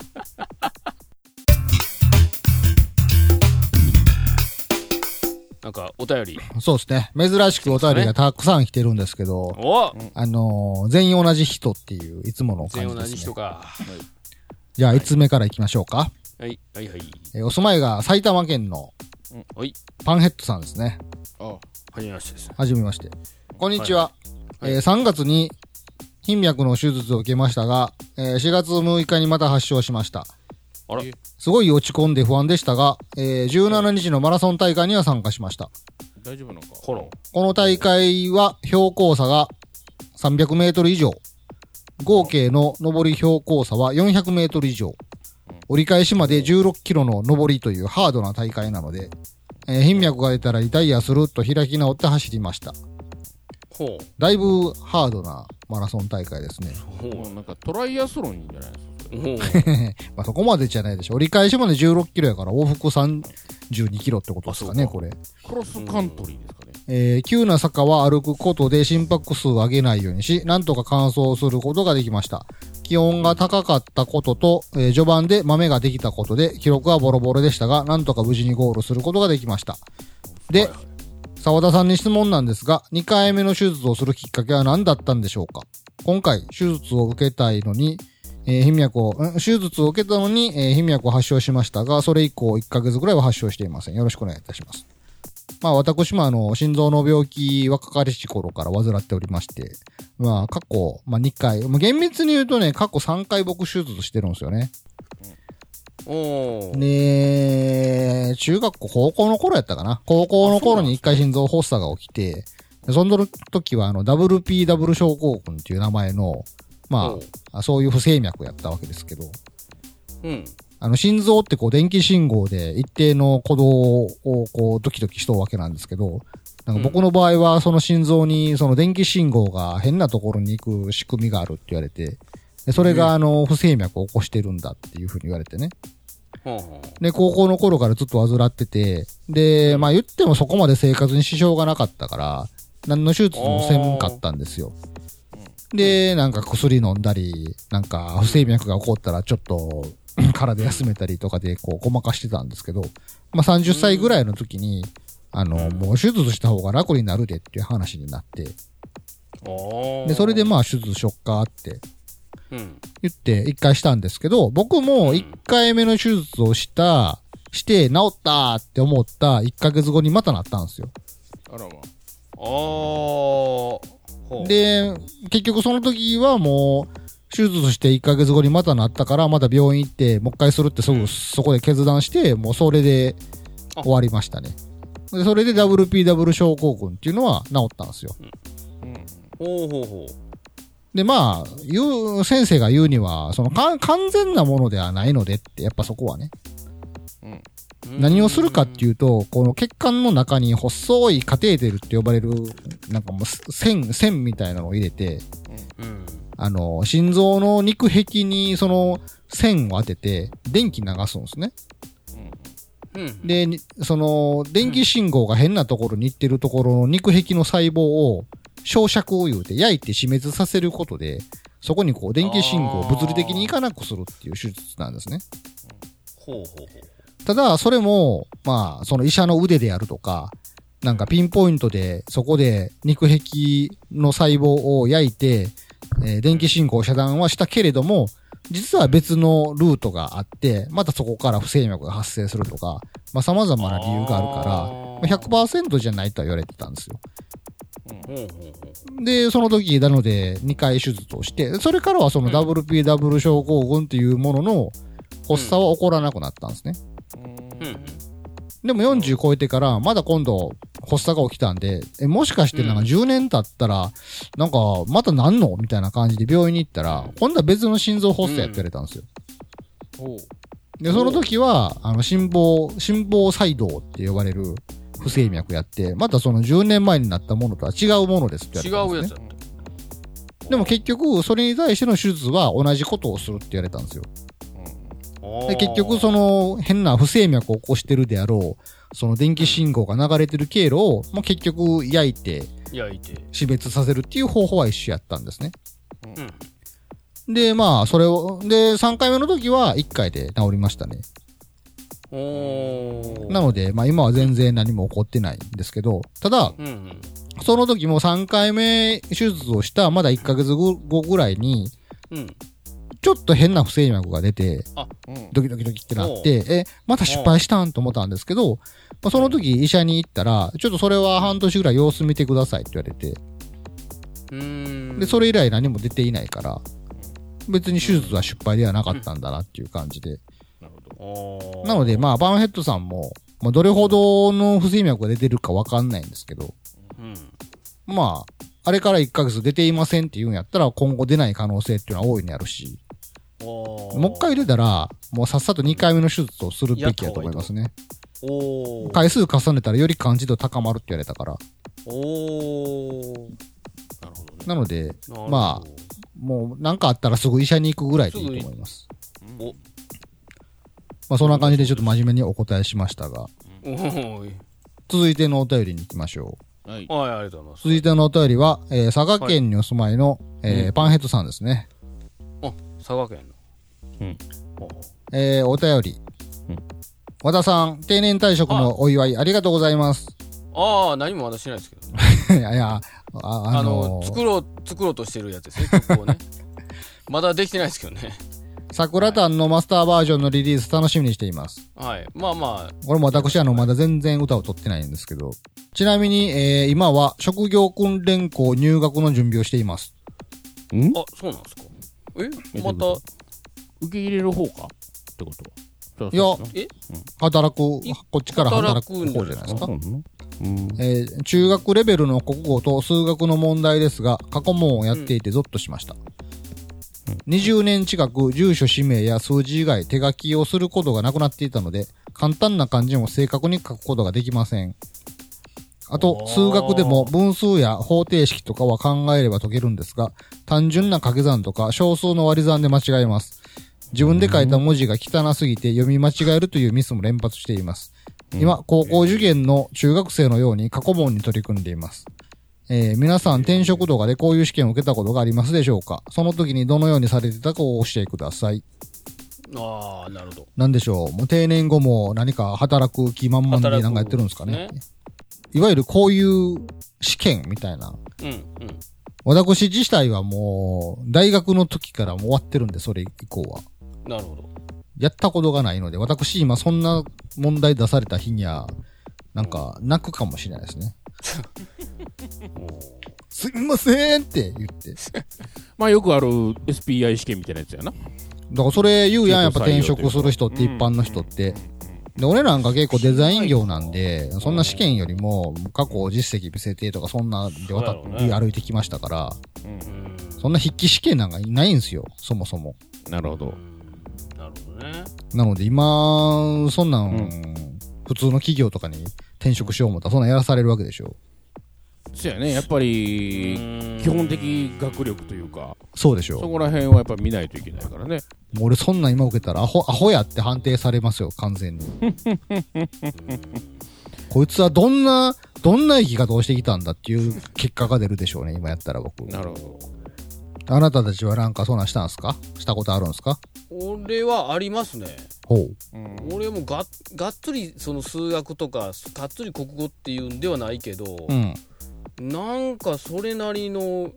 なんかお便り。 そうですね。珍しくお便りがたくさん来てるんですけど、おあのー、全員同じ人っていういつもの感じですね。 全員同じ人か。はい、 じゃあいつつめから行きましょうか。 はい、はい、はい。 えー、お住まいが埼玉県のパンヘッドさんですね。 あ、はじめましてです。 はじめまして。こんにちは。はいはい、えー、さんがつに頻脈の手術を受けましたが、えー、しがつむいかにまた発症しました。 あら。 すごい落ち込んで不安でしたが、えー、じゅうしちにちのマラソン大会には参加しました。 大丈夫なのか。 この大会は標高差がさんびゃくメートル以上。合計の上り標高差はよんひゃくメートル以上。折り返しまでじゅうろっキロの上りというハードな大会なので、えー、頻脈が出たらリタイアすると開き直って走りました。 ほう。 だいぶハードなマラソン大会ですね。 ほう。なんかトライアスロンじゃないですか。 まあそこまでじゃないでしょ。折り返しまでじゅうろっキロやから往復さんじゅうにキロってことですかね、これ。 クロスカントリーですかね。 えー、急な坂は歩くことで心拍数を上げないようにし、なんとか完走することができました。気温が高かったことと、えー、序盤で豆ができたことで、記録はボロボロでしたが、なんとか無事にゴールすることができました。で、沢田さんに質問なんですが、にかいめの手術をするきっかけは何だったんでしょうか？今回、手術を受けたいのに、えー、頻脈を、手術を受けたのに、えー、頻脈を発症しましたが、それ以降いっかげつぐらいは発症していません。よろしくお願いいたします。まあ私もあの、心臓の病気若かりし頃から患っておりまして、まあ過去、まあにかい、まあ、厳密に言うとね、過去さんかい僕手術してるんですよね。 おー。 で、中学校、高校の頃やったかな。高校の頃にいっかい心臓発作が起きて、その時はあの、ダブルピーダブル 症候群っていう名前の、まあ、そういう不整脈やったわけですけど、 うん。 あの、心臓ってこう、電気信号で一定の鼓動をこう、ドキドキしとるわけなんですけど、なんか僕の場合はその心臓にその電気信号が変なところに行く仕組みがあるって言われて、でそれがあの、不整脈を起こしてるんだっていうふうに言われてね。で、高校の頃からずっと患ってて、で、まあ言ってもそこまで生活に支障がなかったから、何の手術もせんかったんですよ。で、なんか薬飲んだり、なんか不整脈が起こったらちょっと体休めたりとかでこうごまかしてたんですけど、まあさんじゅっさいぐらいの時に、あの、もう手術した方が楽になるでっていう話になって、で、それでまあ手術しよっかって言って一回したんですけど、僕も一回目の手術をした、して治ったって思ったいっかげつごにまたなったんですよ。 あらま。 あー。 で、結局その時はもう、手術していっかげつごにまたなったから、また病院行って、もう一回するってすぐそこで決断して、もうそれで終わりましたね。で、それで ダブルピーダブル 症候群っていうのは治ったんですよ。 うん。ほうほうほう。 で、まあ、言う、先生が言うには、そのか、完全なものではないのでって、やっぱそこはね。うん。何をするかっていうと、この血管の中に細いカテーテルって呼ばれる、なんかもう線、線みたいなのを入れて、うん、あの、心臓の肉壁にその線を当てて、電気流すんですね。うん、で、その、電気信号が変なところに行ってるところの肉壁の細胞を焼灼を言うて焼いて死滅させることで、そこにこう電気信号を物理的にいかなくするっていう手術なんですね。 ほうほうほう。 ただ、それも、まあ、その医者の腕であるとか、なんかピンポイントで、そこで肉壁の細胞を焼いて、 えー、電気信号を遮断はしたけれども、実は別のルートがあって、またそこから不整脈が発生するとか、まあ様々な理由があるから、ひゃくパーセント じゃないとは言われてたんですよ。で、その時、なので、にかい手術をして、それからはその ダブリューピーダブリュー 症候群っていうものの発作は起こらなくなったんですね。でもよんじゅう超えてから、まだ今度、発作が起きたんで、え、もしかしてなんかじゅうねん経ったら、なんか、またなんのみたいな感じで病院に行ったら、今度は別の心臓発作やって言われたんですよ。で、その時は、あの、心房、心房細動って呼ばれる不整脈やって、またそのじゅうねんまえになったものとは違うものですって言われたんですね。違うやつだった。でも結局、それに対しての手術は同じことをするって言われたんですよ。で結局その変な不整脈を起こしてるであろうその電気信号が流れてる経路を、まあ、結局焼いて焼いて死滅させるっていう方法は一緒やったんですね、うん、でまあそれをでさんかいめの時はいっかいで治りましたね。おなので、まあ、今は全然何も起こってないんですけど、ただ、うんうん、その時もさんかいめ手術をしたまだいっかげつごぐらいに、うんちょっと変な不整脈が出て、ドキドキドキってなって、え、また失敗したんと思ったんですけど、まあ、その時医者に行ったら、ちょっとそれは半年ぐらい様子見てくださいって言われて、うーんで、それ以来何も出ていないから、別に手術は失敗ではなかったんだなっていう感じで。なるほど。なので、まあ、バーンヘッドさんも、まあ、どれほどの不整脈が出てるかわかんないんですけど、うん、まあ、あれからいっかげつ出ていませんって言うんやったら、今後出ない可能性っていうのは大いにあるし、もう一回出たら、もうさっさとにかいめの手術をするべきやと思いますね。お回数重ねたらより感じ度高まるって言われたから。おなるほどね。なので、まあ、もう何かあったらすぐ医者に行くぐらいでいいと思います。おまあそんな感じでちょっと真面目にお答えしましたが。お続いてのお便りに行きましょう。はい。はい、ありがとうございます。続いてのお便りは、えー、佐賀県にお住まいの、はい、えー、パンヘッドさんですね。 あ、佐賀県の。うん、 えー、お便り、うん、和田さん定年退職のお祝いありがとうございます。 ああ何も私しないですけど、ね、いやいや あ, あ, のー、あの作ろう作ろうとしてるやつですね曲をねまだできてないですけどね。 桜炭のマスターバージョンのリリース楽しみにしています。 はいまあまあ俺も私あのまだ全然歌を取ってないんですけど、ちなみに、えー、今は職業訓練校入学の準備をしています。 んあそうなんですか。えまた受け入れる方かってことはいや、え働く、こっちから働く方じゃないですか。うんえー、中学レベルの国語と数学の問題ですが、過去問をやっていてゾッとしました。うん、にじゅうねん近く住所氏名や数字以外手書きをすることがなくなっていたので、簡単な漢字も正確に書くことができません。あと、数学でも分数や方程式とかは考えれば解けるんですが、単純な掛け算とか小数の割り算で間違えます。自分で書いた文字が汚すぎて読み間違えるというミスも連発しています。今、高校受験の中学生のように過去問に取り組んでいます。えー、皆さん転職動画でこういう試験を受けたことがありますでしょうか？その時にどのようにされてたかを教えてください。 ああ、なるほど。 なんでしょう。もう定年後も何か働く気満々で何かやってるんですかね。いわゆるこういう試験みたいな。うん、うん。私自体はもう、大学の時からもう終わってるんで、それ以降は。 なるほど。 やったことがないので、私今そんな問題出された日には、なんか、泣くかもしれないですね。すみませんって言って。 まあよくある エスピーアイ 試験みたいなやつやな。だからそれ言うやん、やっぱ転職する人って一般の人って。で、俺なんか結構デザイン業なんで、そんな試験よりも過去実績見せてとかそんなで渡り歩いてきましたから、そんな筆記試験なんかないんですよ、そもそも。 なるほど。 なるほどね。 なので今、そんなん、普通の企業とかに転職しよう思ったらそんなんやらされるわけでしょ。 そうやね、やっぱり基本的学力というか、 そうでしょう。 そこら辺はやっぱ見ないといけないからね。 もう俺そんなん今受けたらアホ、アホやって判定されますよ、完全に。こいつはどんな、どんな生き方をしてきたんだっていう結果が出るでしょうね、今やったら僕。 なるほど。 あなたたちはなんかそんなんしたんすか？したことあるんすか？ 俺はありますね。 ほう。 うん、俺もが、がっつりその数学とか、がっつり国語っていうんではないけど、うん、なんかそれなりの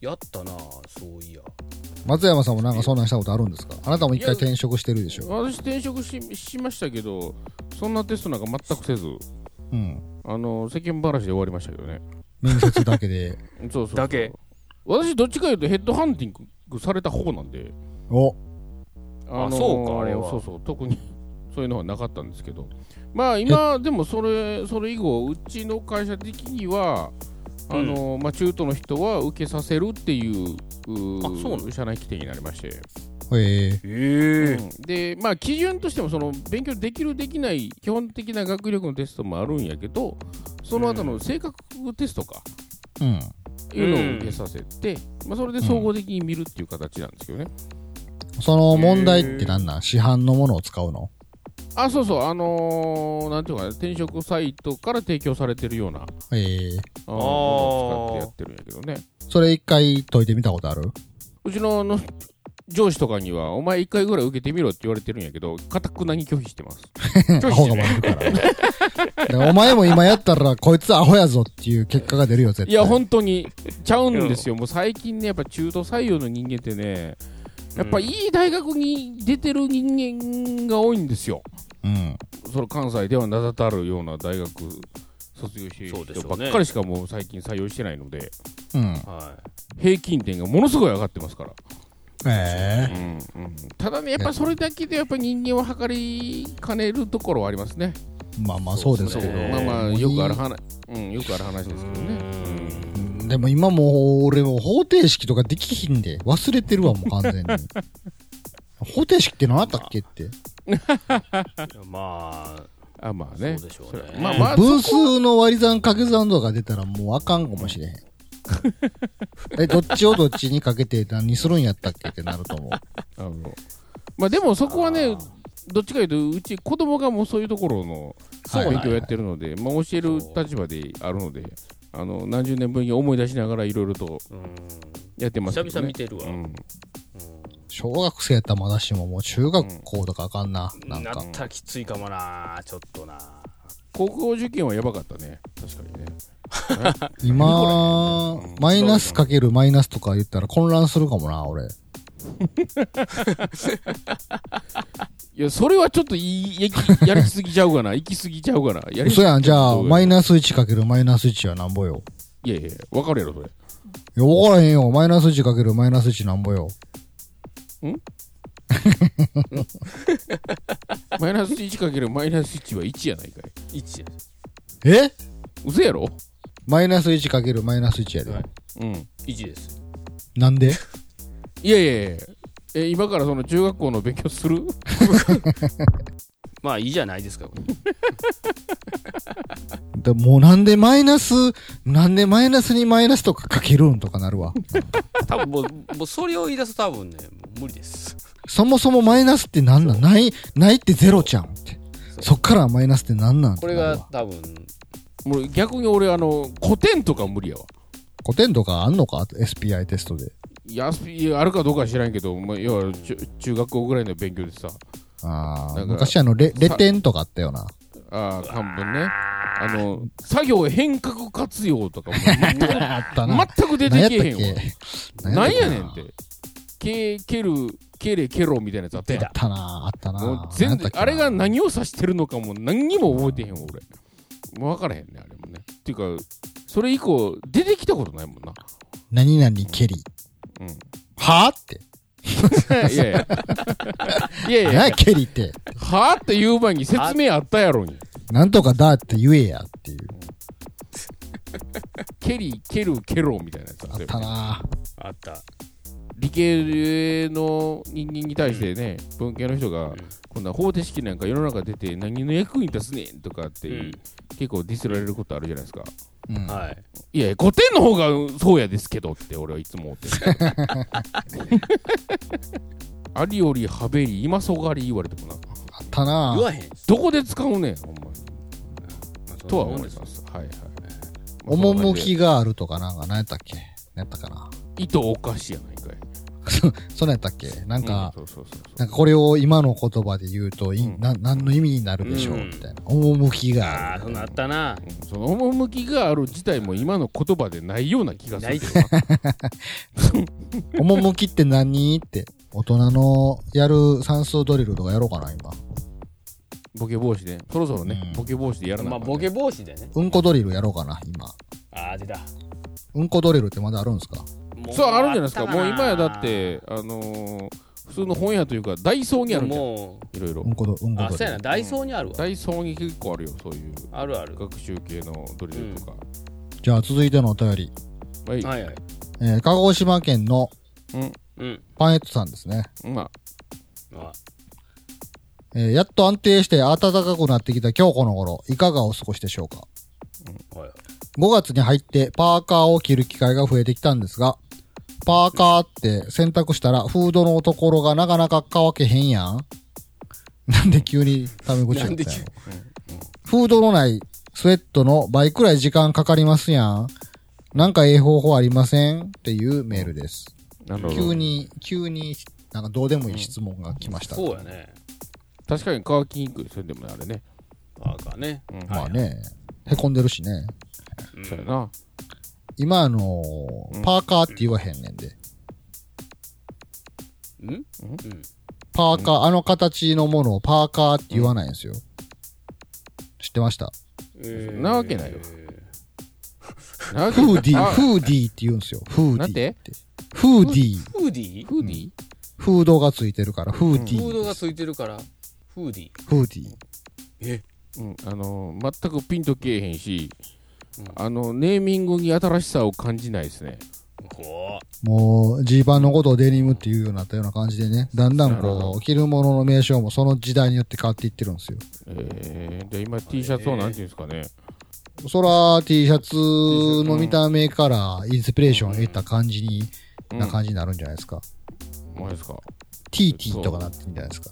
やったなそういや。 松山さんもなんかそんなんしたことあるんですか？あなたも一回転職してるでしょ？ 私転職 し, しましたけど、そんなテストなんか全くせず、 うん、 あの世間話で終わりましたけどね。 面接だけでそうそうそうだけ。 私どっちかいうとヘッドハンティングされた方なんで。 おあのー、 あそうかあれはそうそう特にそういうのはなかったんですけど、まあ今でもそれそれ以後うちの会社的にはあのー、まあ中途の人は受けさせるっていうう社内規定になりまして。 へええうん、でまあ基準としてもその勉強できるできない基本的な学力のテストもあるんやけど、その後の性格テストか、 うん、 いうのを受けさせて、まあ、それで総合的に見るっていう形なんですけどね。 その問題って何なん？市販のものを使うの？ あ、そうそう、あのー、なんていうか、転職サイトから提供されてるような、 えー、 あーを使ってやってるんやけどね。 それ一回解いてみたことある？ うちのの上司とかには、お前一回ぐらい受けてみろって言われてるんやけど、かたくなに拒否してます。拒否してるから。お前も今やったら、こいつアホやぞっていう結果が出るよ、絶対。 いや、本当に、ちゃうんですよ。もう最近ね、やっぱ中途採用の人間ってね、やっぱいい大学に出てる人間が多いんですよ。 うん。 その関西では名だたるような大学卒業してる人ばっかりしかもう最近採用してないので、 うん。 はい、平均点がものすごい上がってますから。 ええーうんうん。ただね、やっぱそれだけでやっぱ人間を測りかねるところはありますね。 まあまあそうですけど。 まあまあよくある話、うん、よくある話ですけどね。 うん、でも今もう俺も方程式とかできひんで忘れてるわもう完全に。方程式って何あったっけって。 まあ、 あ、まあね。 そうでしょうね。 まあまあ、 分数の割り算掛け算とか出たらもうあかんかもしれへん。え、どっちをどっちにかけて何するんやったっけってなると思う。 あのまあでもそこはね、どっちかというとうち子供がもうそういうところの勉強をやってるので、まあ教える立場であるので、あの何十年ぶりに思い出しながらいろいろとやってますけどね。 久々見てるわ。うん、 小学生やったらまだしももう中学校とかあかんな。 うん、なんか。なったらきついかもな、ちょっとな。 高校受験はやばかったね。確かにね。 今、マイナスかけるマイナスとか言ったら混乱するかもな、俺。 いや、それはちょっといいやりすぎちゃうかな。行きすぎちゃうかな。やり嘘やん、じゃあ、マイナスいちかけるマイナスいちはなんぼよ。 いやいや、わかるやろ、それ。 いや、わからへんよ。マイナスいちかけるマイナスいちなんぼよ。 んマイナスいちかけるマイナスいちはいちやないかい。いちや。 え嘘やろ？ マイナスいちかけるマイナスいちやで。はい、 うん。いちです。 なんで？ いやいやいや。え、今からその中学校の勉強する？ まあいいじゃないですか。 でもうなんでマイナス、なんでマイナスにマイナスとかかけるんとかなるわ。 多分もう、もうそれを言い出すと多分ね、無理です。 そもそもマイナスってなんなん？ない、ないってゼロちゃんって。そっからマイナスってなんなん？ これが多分。 もう逆に俺あの、古典とか無理やわ。 古典とかあんのか？ エスピーアイ テストで。 いや、あるかどうかは知らんけど、まあ、要は中学校ぐらいの勉強でさ。 ああ、昔あのレ、レテンとかあったよな。 ああ、漢文ね。あの、作業変革活用とかもあったな。 全く出てけえへんわ。なんやねんって。け、ける、けれけろみたいなやつあったやん。 あったな、あったな。 もう全然、あれが何を指してるのかも何にも覚えてへんわ、俺。もう分からへんね、あれもね。っていうか、それ以降、出てきたことないもんな。 何々ケリ。うん。はぁって。 いやいや。いやいや。 何ケリって。 はぁって言う前に説明あったやろに。 なんとかだって言えやっていう。 ケリ、ケル、ケロみたいなやつあったな。 あった。 理系の人間に対してね、うん、文系の人が、うん、こんな方程式なんか世の中出て何の役に立つねんとかって、うん、結構ディスられることあるじゃないですか。 うん、はい。 いや、ごてんの方がそうやですけどって俺はいつも思ってる。ありよりはべり今そがり言われてもな。 あったな。 言わへん。 どこで使うねん、ほんまに。とは思います。はいはい。 趣があるとかなんか何やったっけ？何やったかな。 意図おかしやないかい。 そんなんやったっけなんか、 うん、そうそうそうそう。 なんかこれを今の言葉で言うと、いうんな、何の意味になるでしょう、 うんみたいな。趣がああ、 ある。 そんなあったな。 うんその趣がある自体も今の言葉でないような気がするけどな。 趣って何って。大人のやる算数ドリルとかやろうかな、今。 ボケ防止で、そろそろね、 うんボケ防止でやらなまあ、 あかんねボケ防止でね。 うんこドリルやろうかな、今。 ああ、出た。 うんこドリルってまだあるんですか？ そう、あるんじゃないですか。 あったもう今やだっ。て、あのー、普通の本屋というか、ダイソーにあるんじゃん。 もいろいろう。んこド、うんう、あ、そうやな、 こドリル。 ダイソーにあるわ。 ダイソーに結構あるよ、そういうあるある。 学習系のドリルとか。 じゃあ続いてのお便り。 はい。 はいはい。 えー、鹿児島県のうん。 パンエットさんですね。 まあ、 あえー、やっと安定して暖かくなってきた今日この頃、いかがお過ごしでしょうか？ はい。 ごがつに入ってパーカーを着る機会が増えてきたんですが、パーカーって選択したらフードのところがなかなか乾けへんやん。なんで急にタメ口やったんやろなんで急にフードのないスウェットの倍くらい時間かかりますやん。なんかええ方法ありませんっていうメールです。 なるほど。 急に、急になんかどうでもいい質問が来ました。 そうやね。 確かに乾きにくい、それでもねあれね。 パーカーね。 うん。 まあね、へこんでるしね。 うんそうやな。 今あのーうんパーカーって言わへんねんで。 うんうん。 パーカー、あの形のものをパーカーって言わないんですよ。知ってました？ えーなわけないよなフーディー、 あフーディーって言うんですよ。フーディーなんてって。フーディー。 フーディーフーディーフードがついてるから、フーディー。 フードがついてるから、フーディー。 フーディー。 えうん、あのー、全くピンとけえへんし、あの、ネーミングに新しさを感じないですね。 ほもう、ジーパンのことをデニムっていうようになったような感じでね、だんだんなるほどこう、着るものの名称もその時代によって変わっていってるんですよ。 えー、じゃあ今 T シャツをなんていうんですかね。 そら T シャツの見た目からインスピレーションを得た感じに、 うんな感じになるんじゃないですか。 マジですか。 ティーティーとかなってるんじゃないですか。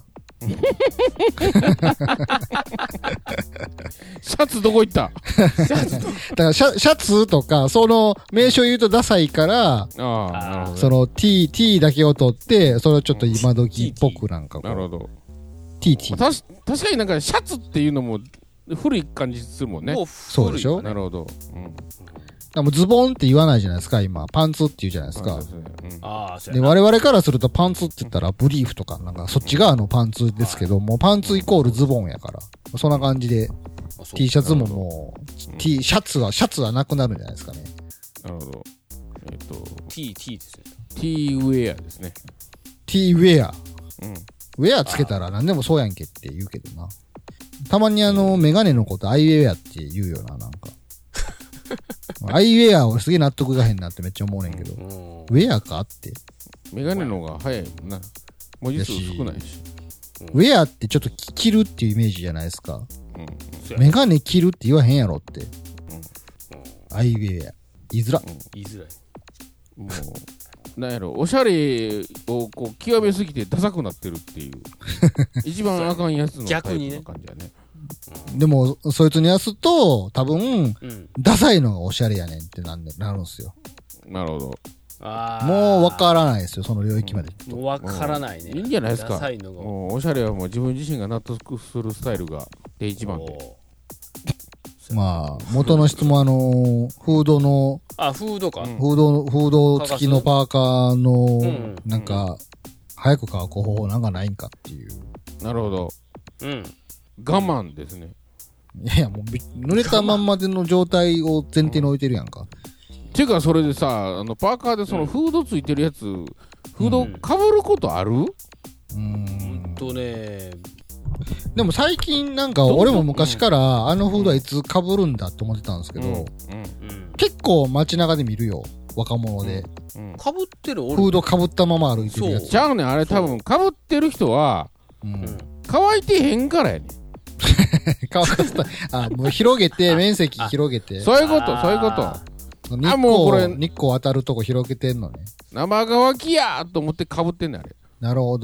シャツどこ行っただからシャシャツとか、その名称言うとダサいから、 ああ、なるほど。 その T、T だけを取って、それをちょっと今時っぽくなんかこう、 なるほど。 ティーティー。 たし確かになんかシャツっていうのも古い感じするもんね。 もうそうでしょ古いわねなるほど。うん。 だからもうズボンって言わないじゃないですか、今。パンツって言うじゃないですかそう。ですね。うんああ、そうで、 やな。 我々からするとパンツって言ったらブリーフとか、なんかそっち側のパンツですけど、もうパンツイコールズボンやから。そんな感じで、 あそう T シャツももう、T、シャツは、シャツはなくなるんじゃないですかね。 なるほど。えっ、と、 T、T ですね。 T ウェアですね。 T ウェア。 うん。 ウェアつけたら何でもそうやんけって言うけどな。たまにあの、メガネのことアイウェアって言うよな、なんか。アイウェア俺すげえ納得がへんなってめっちゃ思うねんけど。 うんウェアかって。 メガネの方が早いもんな。文字数少ないし。 ウェアってちょっと着るっていうイメージじゃないですか。 うん。 そうやメガネ着るって言わへんやろって。アイウェア。言いづら。 言いづらい。 もう、なんやろ、おしゃれをこう極めすぎてダサくなってるっていう。一番あかんやつのタイプ逆にねの感じやね。 でも、そいつにやすと、多分、 うん。 ダサいのがおしゃれやねんってなんでなるんすよ。 なるほど。 ああ。 もうわからないですよ、その領域まで。 もうわからないね。 いいんじゃないですかダサいのが。 もうおしゃれはもう自分自身が納得するスタイルがで一番で。 おまあ、元の質問あのー、フードの、 あ、フードか。 うんフード、フード付きのパーカーのうん、 なんか、早く乾く方法なんかないんかっていう。 なるほど。 うん。 我慢ですね。 いやいや、もうび、濡れたまんまでの状態を前提に置いてるやんか。 ていうかそれでさ、あのパーカーでそのフードついてるやつ、フードかぶることある？ うーうんん。 とね、 でも最近なんか、俺も昔からあのフードはいつ被るんだって思ってたんですけど、 うん。 うん。 結構街中で見るよ。若者で。 うん。 かぶってる俺。 フード被ったまま歩いてるやつ。 ちゃうねん、あれ多分かぶってる人はうんうん。 乾いてへんからやねん。 乾かすと、あ、もう広げて、面積広げて、 そういうこと、そういうこと。 あ日あもうこれ光、日光当たるとこ広げてんのね。 生乾きやーと思ってかぶってんねん、あれ。 なるほど。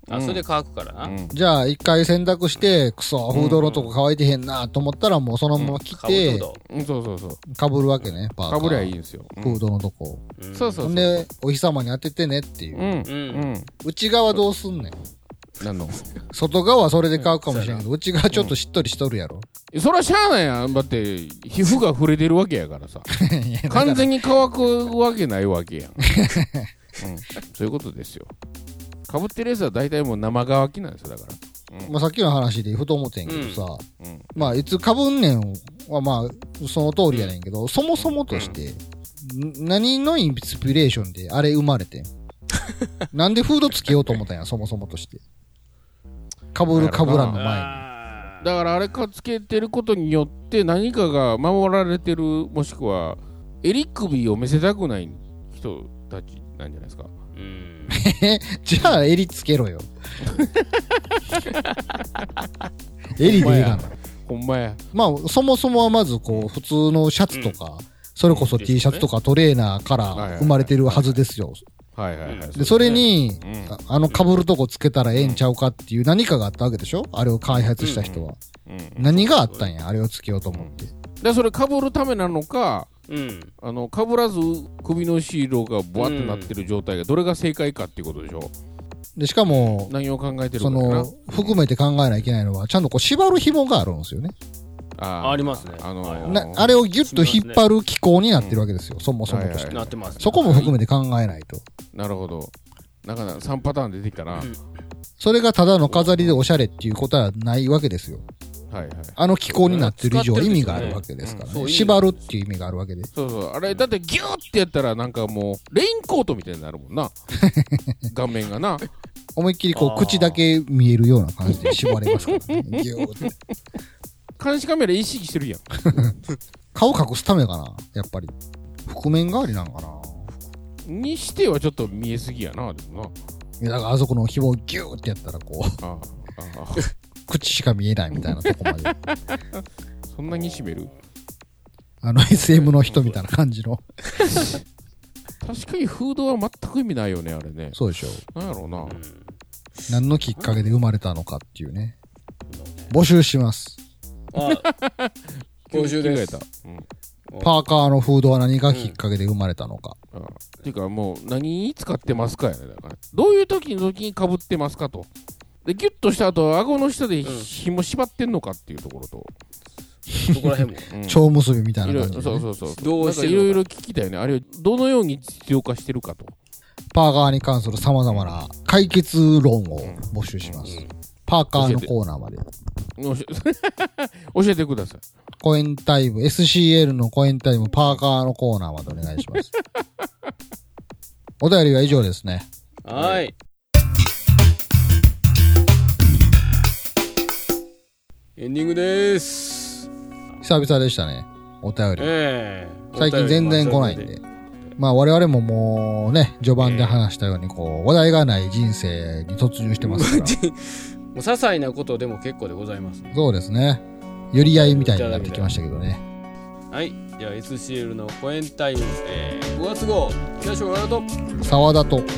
あ、それで乾くからな。 うん、 じゃあ一回洗濯して、くそ、フードのとこ乾いてへんなと思ったらもうそのまま着て、 うん、そうそうそう。 被るわけね、パーカー。 被りゃいいんですよ。 フードのとこ。 うん、そうそうそう。 んで、お日様に当ててねっていう。 うん。うん。 内側どうすんねん。 何の外側はそれで乾くかもしれんけど、内側ちょっとしっとりしとるやろ。 うん、そらしゃあないやん。だって、皮膚が触れてるわけやからさ。完全に乾くわけないわけやん。うん。そういうことですよ。被ってるやつは大体もう生乾きなんですよ、だから。うん、まあさっきの話でふと思ってんけどさ、うんうん、まあいつ被んねんはまあその通りやねんけど、そもそもとして、うん、何のインスピレーションであれ生まれてんなんでフードつけようと思ったんや、そもそもとして。被る被らんの前に。 だからあれかつけてることによって何かが守られてる、もしくは襟首を見せたくない人たちなんじゃないですか。うん、 じゃあ襟つけろよ。襟でいいがな。 ほんまや。 まあそもそもはまずこう普通のシャツとか、うん、それこそ T シャツとかトレーナーから生まれてるはずですよ。 はいはいはい。 でそれに、うん、あの被るとこつけたらええんちゃうかっていう何かがあったわけでしょ。あれを開発した人は。うんうん、何があったんや、あれをつけようと思って。 でそれ被るためなのか。うん、あの被らず首のシールがボワッとなってる状態がどれが正解かっていうことでしょ。 でしかも何を考えてるかその含めて考えないといけないのはちゃんとこう縛る紐があるんですよね。 あ, ありますね、 あのーな。あれをギュッと引っ張る機構になってるわけですよ、うん、そもそもとして、 なってますね、 そこも含めて考えないと、はい、 なるほど。なんかさんパターン出てきたな、うん、 それがただの飾りでおしゃれっていうことはないわけですよ。はいはい、あの機構になってる以上意味があるわけですからね、うん、縛るっていう意味があるわけで。 そうそう、あれだってギューってやったらなんかもうレインコートみたいになるもんな顔面がな思いっきりこう口だけ見えるような感じで縛れますからねギューって監視カメラ意識してるやん顔隠すためかな、やっぱり覆面代わりなんかなにしてはちょっと見えすぎやな。でもな、 いやだからあそこの紐をギューってやったらこうあああ口しか見えないみたいなとこまでそんなに締めるあの エスエム の人みたいな感じの確かにフードは全く意味ないよね、あれね。 そうでしょう。 なんやろうな、うん、 何のきっかけで生まれたのかっていうね。募集します。 あ募集です、 うん、パーカーのフードは何がきっかけで生まれたのか、 うん、っていうかもう何に使ってますかやね。だからどういう時の時に被ってますかと。でギュッとした後顎の下で紐縛ってんのかっていうところと、 うん、そこら辺も、 うん、蝶結びみたいな感じで、ね、 そうそうそう、どうしていろいろ聞きたいよね。あれをどのように実用化してるかと。 パーカーに関する様々な解決論を募集します、うんうん、パーカーのコーナーまで教えてください。 コエンタイム エスシーエル のコエンタイムパーカーのコーナーまでお願いしますお便りは以上ですね。 はい、エンディングでーす。 久々でしたね、お便り、えー、最近全然来ないんで、まあ我々ももうね序盤で話したようにこう話題がない人生に突入してますからもう些細なことでも結構でございます、ね、 そうですね、寄り合いみたいになってきましたけどね。 はい、じゃあ エスシーエル のコエンタイム、えー、ごがつ号東尾原と沢田とん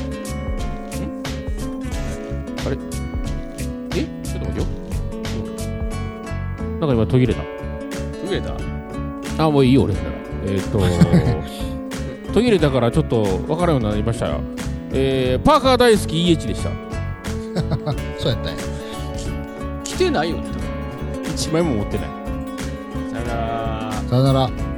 あれえちょっと待ってよ、なんか今途切れた途切れたあ、もういいよ俺ならえっ、ー、と途切れたからちょっと分からんようになりましたよ。えー、パーカー大好き イーエイチ でしたそうやったんや。 来てないよね、 いちまいも持ってない。 さよなら。 さよなら。